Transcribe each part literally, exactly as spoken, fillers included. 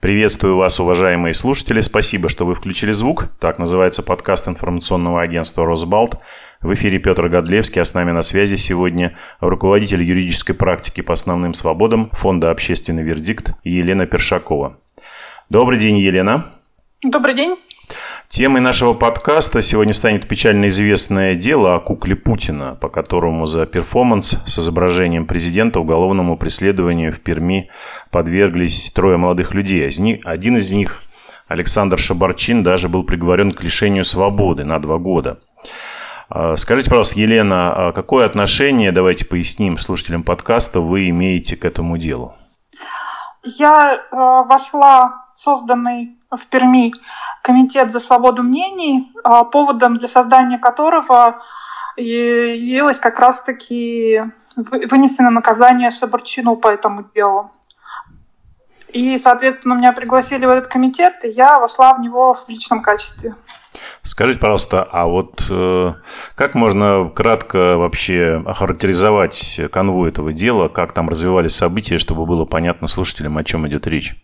Приветствую вас, уважаемые слушатели. Спасибо, что вы включили звук. Так называется подкаст информационного агентства «Росбалт». В эфире Петр Годлевский, а с нами на связи сегодня руководитель юридической практики по основным свободам Фонда «Общественный вердикт» Елена Першакова. Добрый день, Елена. Добрый день. Темой нашего подкаста сегодня станет печально известное дело о кукле Путина, по которому за перформанс с изображением президента уголовному преследованию в Перми подверглись трое молодых людей. Один из них, Александр Шабарчин, даже был приговорен к лишению свободы на два года. Скажите, пожалуйста, Елена, какое отношение, давайте поясним слушателям подкаста, вы имеете к этому делу? Я э, вошла в созданный в Перми Комитет за свободу мнений, э, поводом для создания которого явилось как раз-таки вынесено наказание Шабарчину по этому делу. И, соответственно, меня пригласили в этот комитет, и я вошла в него в личном качестве. Скажите, пожалуйста, а вот э, как можно кратко вообще охарактеризовать канву этого дела, как там развивались события, чтобы было понятно слушателям, о чем идет речь?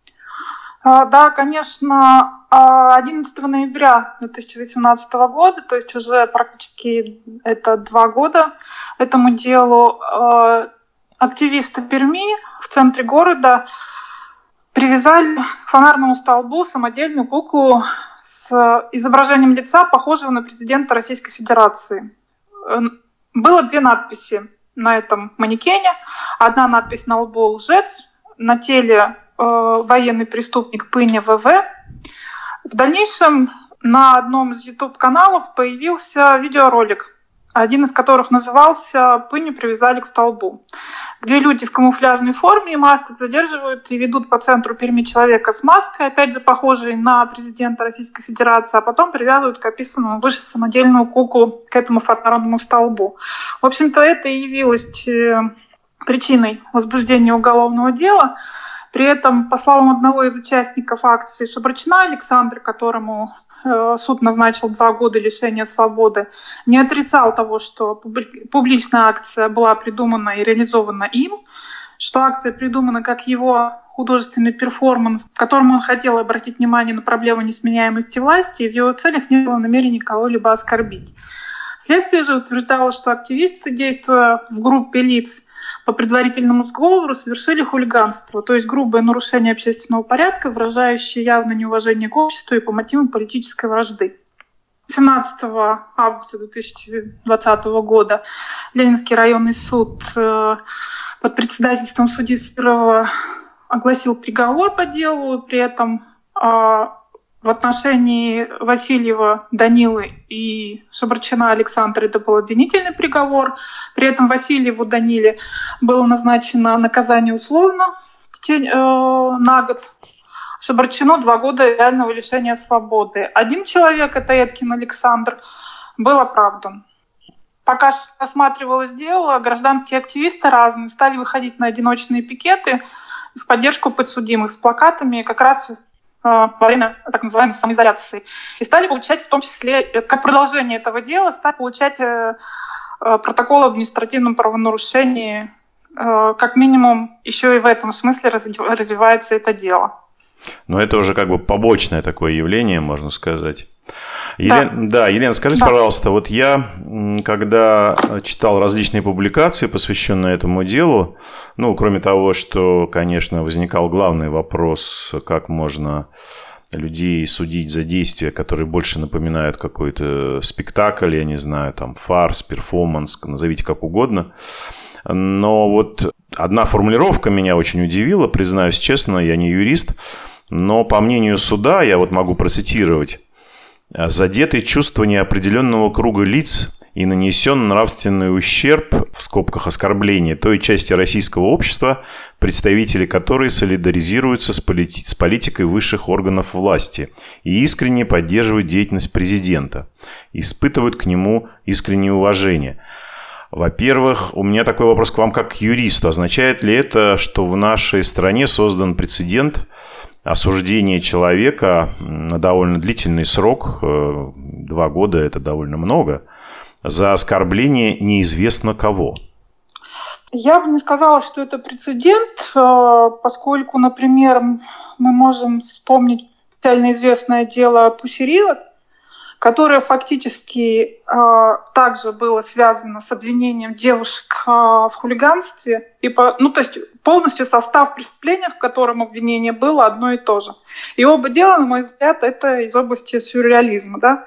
А, да, конечно, одиннадцатого ноября две тысячи восемнадцатого года, то есть уже практически это два года этому делу, э, активисты Перми в центре города привязали к фонарному столбу самодельную куклу с изображением лица, похожего на президента Российской Федерации. Было две надписи на этом манекене. Одна надпись на лбу «Лжец», на теле э, «Военный преступник Пыня ВВ». В дальнейшем на одном из YouTube-каналов появился видеоролик, один из которых назывался «Пыню привязали к столбу», где люди в камуфляжной форме и масках задерживают и ведут по центру Перми человека с маской, опять же похожей на президента Российской Федерации, а потом привязывают к описанному выше самодельную куклу к этому фонарному столбу. В общем-то, это и явилось причиной возбуждения уголовного дела. При этом, по словам одного из участников акции Шабарчина Александра, которому суд назначил два года лишения свободы, не отрицал того, что публичная акция была придумана и реализована им, что акция придумана как его художественный перформанс, в котором он хотел обратить внимание на проблему несменяемости власти, и в его целях не было намерения кого-либо оскорбить. Следствие же утверждало, что активисты, действуя в группе лиц по предварительному сговору, совершили хулиганство, то есть грубое нарушение общественного порядка, выражающее явное неуважение к обществу и по мотивам политической вражды. семнадцатого августа две тысячи двадцатого года Ленинский районный суд под председательством судьи Сырова огласил приговор по делу, при этом в отношении Васильева Данилы и Шабарчина Александра это был обвинительный приговор. При этом Васильеву Даниле было назначено наказание условно на год. Шабарчину два года реального лишения свободы. Один человек, это Эткин Александр, был оправдан. Пока рассматривалось дело, гражданские активисты разные стали выходить на одиночные пикеты в поддержку подсудимых с плакатами как раз во время так называемой самоизоляции. И стали получать, в том числе, как продолжение этого дела, стали получать протокол об административном правонарушении. Как минимум, еще и в этом смысле развивается это дело. Но это уже как бы побочное такое явление, можно сказать. Елена, да. да, Елена, скажите, да. пожалуйста, вот я, когда читал различные публикации, посвященные этому делу, ну, кроме того, что, конечно, возникал главный вопрос, как можно людей судить за действия, которые больше напоминают какой-то спектакль, я не знаю, там, фарс, перформанс, назовите как угодно. Но вот одна формулировка меня очень удивила, признаюсь честно, я не юрист, но по мнению суда, я вот могу процитировать: задеты чувства неопределенного круга лиц и нанесен нравственный ущерб, в скобках оскорбление, той части российского общества, представители которой солидаризируются с, полити- с политикой высших органов власти и искренне поддерживают деятельность президента, испытывают к нему искреннее уважение. Во-первых, у меня такой вопрос к вам как к юристу. Означает ли это, что в нашей стране создан прецедент осуждения человека на довольно длительный срок, два года это довольно много, за оскорбление неизвестно кого? Я бы не сказала, что это прецедент, поскольку, например, мы можем вспомнить специально известное дело Pussy Riot, которое фактически э, также было связано с обвинением девушек э, в хулиганстве. И по, ну, то есть полностью состав преступления, в котором обвинение было, одно и то же. И оба дела, на мой взгляд, это из области сюрреализма. Да?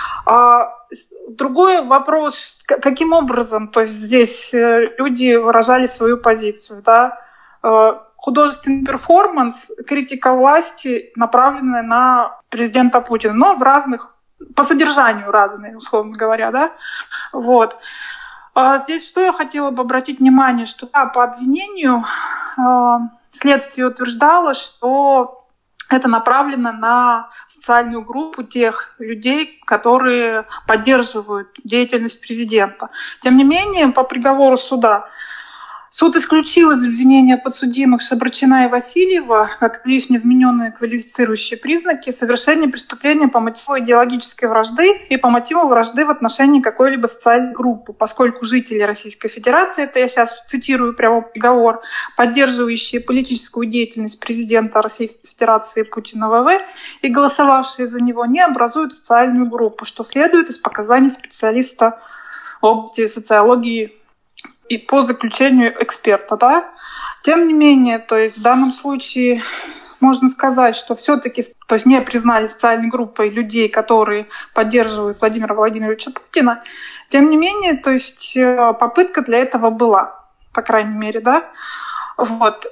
А, другой вопрос, каким образом то есть здесь люди выражали свою позицию. Да? Художественный перформанс, критика власти, направленная на президента Путина, но в разных по содержанию разные, условно говоря, да, вот. А здесь что я хотела бы обратить внимание, что да, по обвинению э, следствие утверждало, что это направлено на социальную группу тех людей, которые поддерживают деятельность президента. Тем не менее, по приговору суда суд исключил из обвинения подсудимых Шабарчина и Васильева как лишне вмененные квалифицирующие признаки совершения преступления по мотиву идеологической вражды и по мотиву вражды в отношении какой-либо социальной группы, поскольку жители Российской Федерации, это я сейчас цитирую прямо приговор, поддерживающие политическую деятельность президента Российской Федерации Путина ВВ и голосовавшие за него, не образуют социальную группу, что следует из показаний специалиста в области социологии и по заключению эксперта, да. Тем не менее, то есть в данном случае можно сказать, что все-таки, то есть не признали социальной группой людей, которые поддерживают Владимира Владимировича Путина. Тем не менее, то есть попытка для этого была, по крайней мере, да. Вот.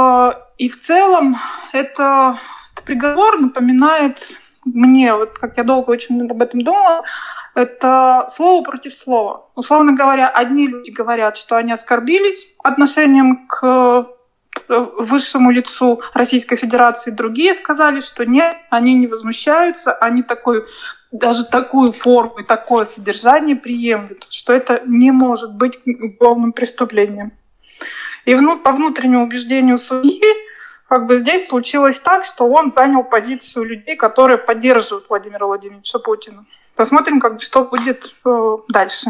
И в целом это, этот приговор напоминает мне, вот как я долго очень об этом думала, это слово против слова. Условно говоря, одни люди говорят, что они оскорбились отношением к высшему лицу Российской Федерации, другие сказали, что нет, они не возмущаются, они такой, даже такую форму и такое содержание приемлют, что это не может быть уголовным преступлением. И по внутреннему убеждению судьи, как бы здесь случилось так, что он занял позицию людей, которые поддерживают Владимира Владимировича Путина. Посмотрим, как бы, что будет э, дальше.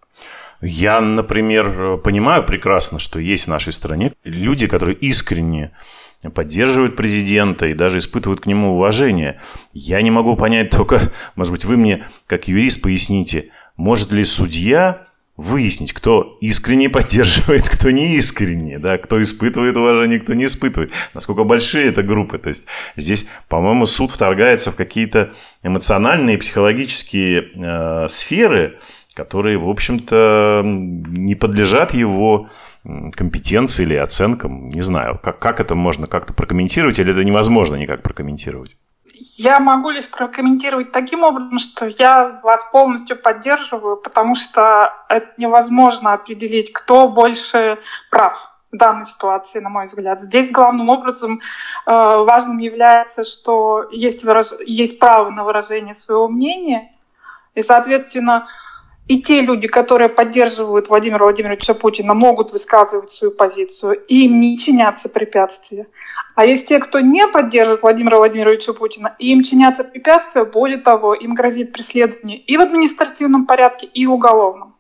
Я, например, понимаю прекрасно, что есть в нашей стране люди, которые искренне поддерживают президента и даже испытывают к нему уважение. Я не могу понять только, может быть, вы мне, как юрист, поясните, может ли судья выяснить, кто искренне поддерживает, кто не искренне, да, кто испытывает уважение, кто не испытывает. Насколько большие это группы. То есть здесь, по-моему, суд вторгается в какие-то эмоциональные, психологические э, сферы, которые, в общем-то, не подлежат его компетенции или оценкам. Не знаю, как, как это можно как-то прокомментировать, или это невозможно никак прокомментировать. Я могу лишь прокомментировать таким образом, что я вас полностью поддерживаю, потому что это невозможно определить, кто больше прав в данной ситуации, на мой взгляд. Здесь главным образом э, важным является, что есть, выраж... есть право на выражение своего мнения, и, соответственно, и те люди, которые поддерживают Владимира Владимировича Путина, могут высказывать свою позицию, и им не чинятся препятствия. А есть те, кто не поддерживает Владимира Владимировича Путина, и им чинятся препятствия, более того, им грозит преследование и в административном порядке, и в уголовном.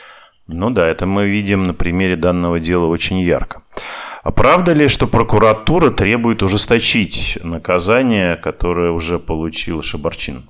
Ну да, это мы видим на примере данного дела очень ярко. А правда ли, что прокуратура требует ужесточить наказание, которое уже получил Шабарчин?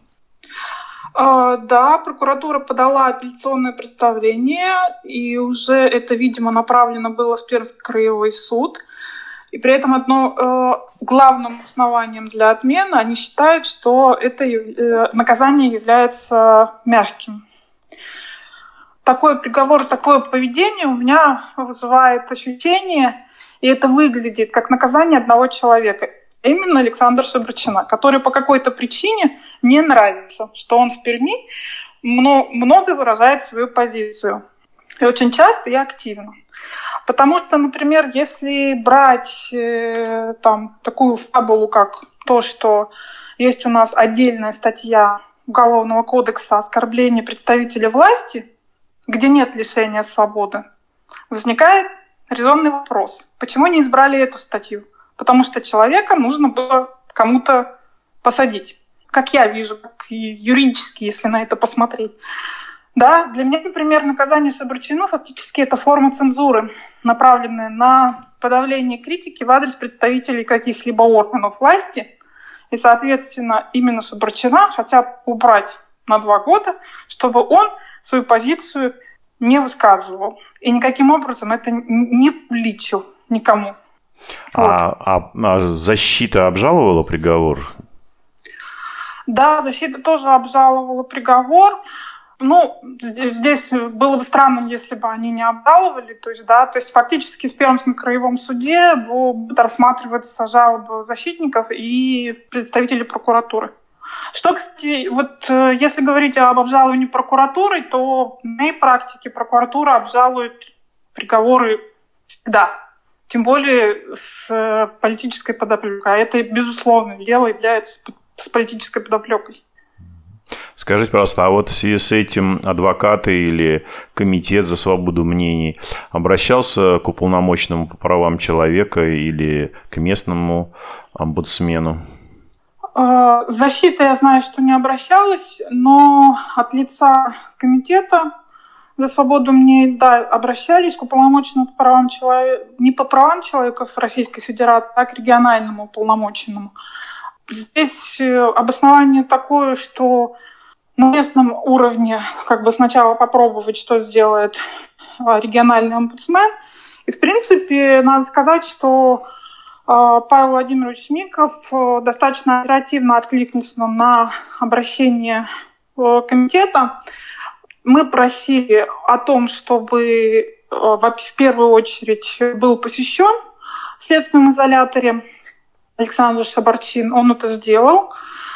Да, прокуратура подала апелляционное представление, и уже это, видимо, направлено было в Пермский краевой суд. И при этом одно э, главным основанием для отмены они считают, что это э, наказание является мягким. Такой приговор, такое поведение у меня вызывает ощущение, и это выглядит как наказание одного человека, именно Александра Шабарчина, который по какой-то причине не нравится, что он в Перми много выражает свою позицию. И очень часто и активно. Потому что, например, если брать э, там, такую фабулу, как то, что есть у нас отдельная статья Уголовного кодекса оскорбления представителя власти, где нет лишения свободы, возникает резонный вопрос. Почему не избрали эту статью? Потому что человека нужно было кому-то посадить. Как я вижу, как и юридически, если на это посмотреть. Да, для меня, например, наказание Шабарчину фактически это форма цензуры, направленная на подавление критики в адрес представителей каких-либо органов власти. И, соответственно, именно Шабарчина хотят убрать на два года, чтобы он свою позицию не высказывал. И никаким образом это не личил никому. А, вот. а, а защита обжаловала приговор? Да, защита тоже обжаловала приговор. Ну, здесь было бы странно, если бы они не обжаловали. То есть, да, то есть фактически в Пермском краевом суде будут рассматриваться жалобы защитников и представителей прокуратуры. Что, кстати, вот если говорить об обжаловании прокуратурой, то в моей практике прокуратура обжалует приговоры всегда. Тем более с политической подоплекой. А это, безусловно, дело является с политической подоплекой. Скажите, пожалуйста, а вот в связи с этим адвокаты или комитет за свободу мнений обращался к уполномоченному по правам человека или к местному омбудсмену? Защита, я знаю, что не обращалась, но от лица комитета за свободу мнений, да, обращались к уполномоченному по правам человека, не по правам человека в Российской Федерации, а к региональному уполномоченному. Здесь обоснование такое, что на местном уровне как бы сначала попробовать, что сделает региональный омбудсмен. И, в принципе, надо сказать, что Павел Владимирович Смиков достаточно оперативно откликнулся на обращение комитета. Мы просили о том, чтобы в первую очередь был посещен в следственном изоляторе Александр Шабарчин. Он это сделал.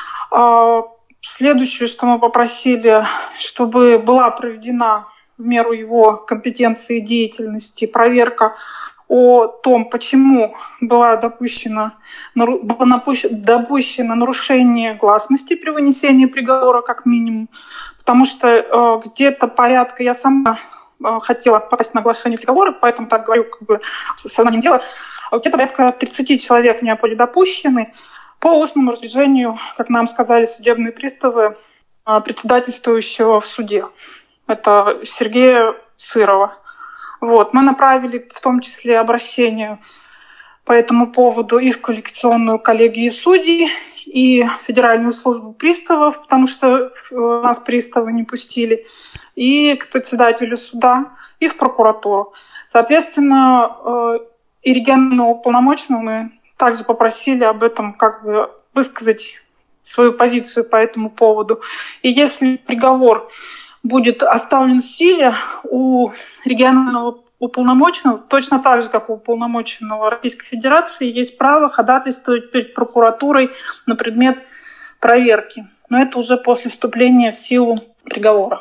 Следующее, что мы попросили, чтобы была проведена в меру его компетенции и деятельности проверка о том, почему было допущено, было допущено нарушение гласности при вынесении приговора, как минимум. Потому что где-то порядка, я сама хотела попасть на оглашение приговора, поэтому так говорю как бы сознанием дела, где-то порядка тридцать человек не были допущены. По устному распоряжению, как нам сказали судебные приставы, председательствующего в суде. Это Сергея Сырова. Вот. Мы направили в том числе обращение по этому поводу и в квалификационную коллегию судей, и в Федеральную службу приставов, потому что нас приставы не пустили, и к председателю суда, и в прокуратуру. Соответственно, и регионального уполномоченного мы также попросили об этом как бы высказать свою позицию по этому поводу. И если приговор будет оставлен в силе, у регионального уполномоченного, точно так же, как у уполномоченного Российской Федерации, есть право ходатайствовать перед прокуратурой на предмет проверки. Но это уже после вступления в силу приговора.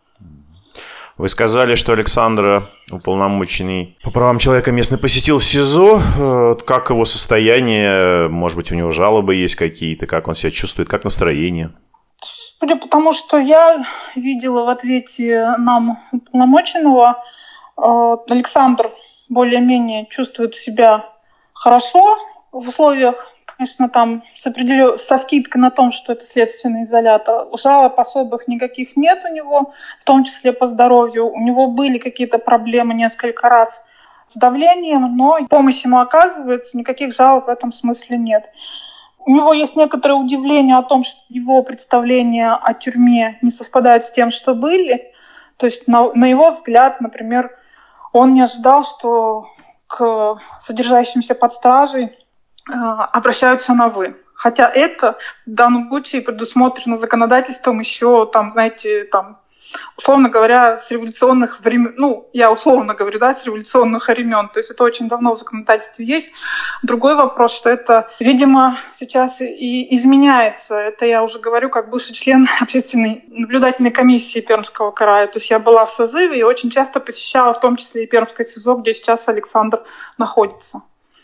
Вы сказали, что Александра, уполномоченный по правам человека, местный, посетил в СИЗО. Как его состояние? Может быть, у него жалобы есть какие-то? Как он себя чувствует? Как настроение? Судя по тому, что я видела в ответе нам уполномоченного, Александр более-менее чувствует себя хорошо в условиях, конечно, там с определен... со скидкой на том, что это следственный изолятор. Жалоб особых никаких нет у него, в том числе по здоровью. У него были какие-то проблемы несколько раз с давлением, но помощь ему оказывается, никаких жалоб в этом смысле нет. У него есть некоторое удивление о том, что его представления о тюрьме не совпадают с тем, что были. То есть, на, на его взгляд, например, он не ожидал, что к содержащимся под стражей э, обращаются на «вы». Хотя это в данном случае предусмотрено законодательством еще, там, знаете, там, условно говоря, с революционных времен, ну, я условно говорю, да, с революционных времен, то есть это очень давно в законодательстве есть. Другой вопрос, что это, видимо, сейчас и изменяется. Это я уже говорю как бывший член общественной наблюдательной комиссии Пермского края. То есть я была в созыве и очень часто посещала, в том числе и Пермское СИЗО, где сейчас Александр находится.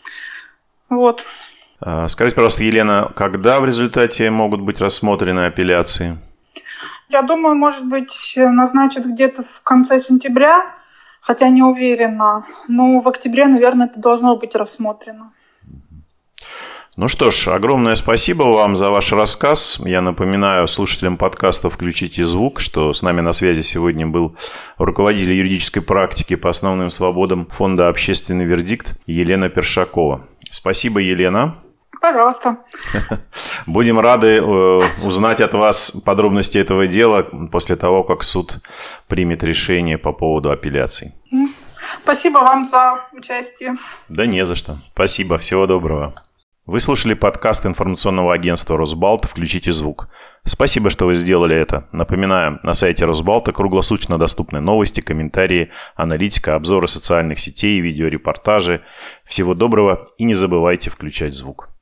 Вот. Скажите, пожалуйста, Елена, когда в результате могут быть рассмотрены апелляции? Я думаю, может быть, назначат где-то в конце сентября, хотя не уверена. Но в октябре, наверное, это должно быть рассмотрено. Ну что ж, огромное спасибо вам за ваш рассказ. Я напоминаю слушателям подкаста «Включите звук», что с нами на связи сегодня был руководитель юридической практики по основным свободам фонда «Общественный вердикт» Елена Першакова. Спасибо, Елена. Пожалуйста. Будем рады узнать от вас подробности этого дела после того, как суд примет решение по поводу апелляций. Спасибо вам за участие. Да не за что. Спасибо. Всего доброго. Вы слушали подкаст информационного агентства «Росбалт. Включите звук». Спасибо, что вы сделали это. Напоминаю, на сайте Росбалта круглосуточно доступны новости, комментарии, аналитика, обзоры социальных сетей, видеорепортажи. Всего доброго и не забывайте включать звук.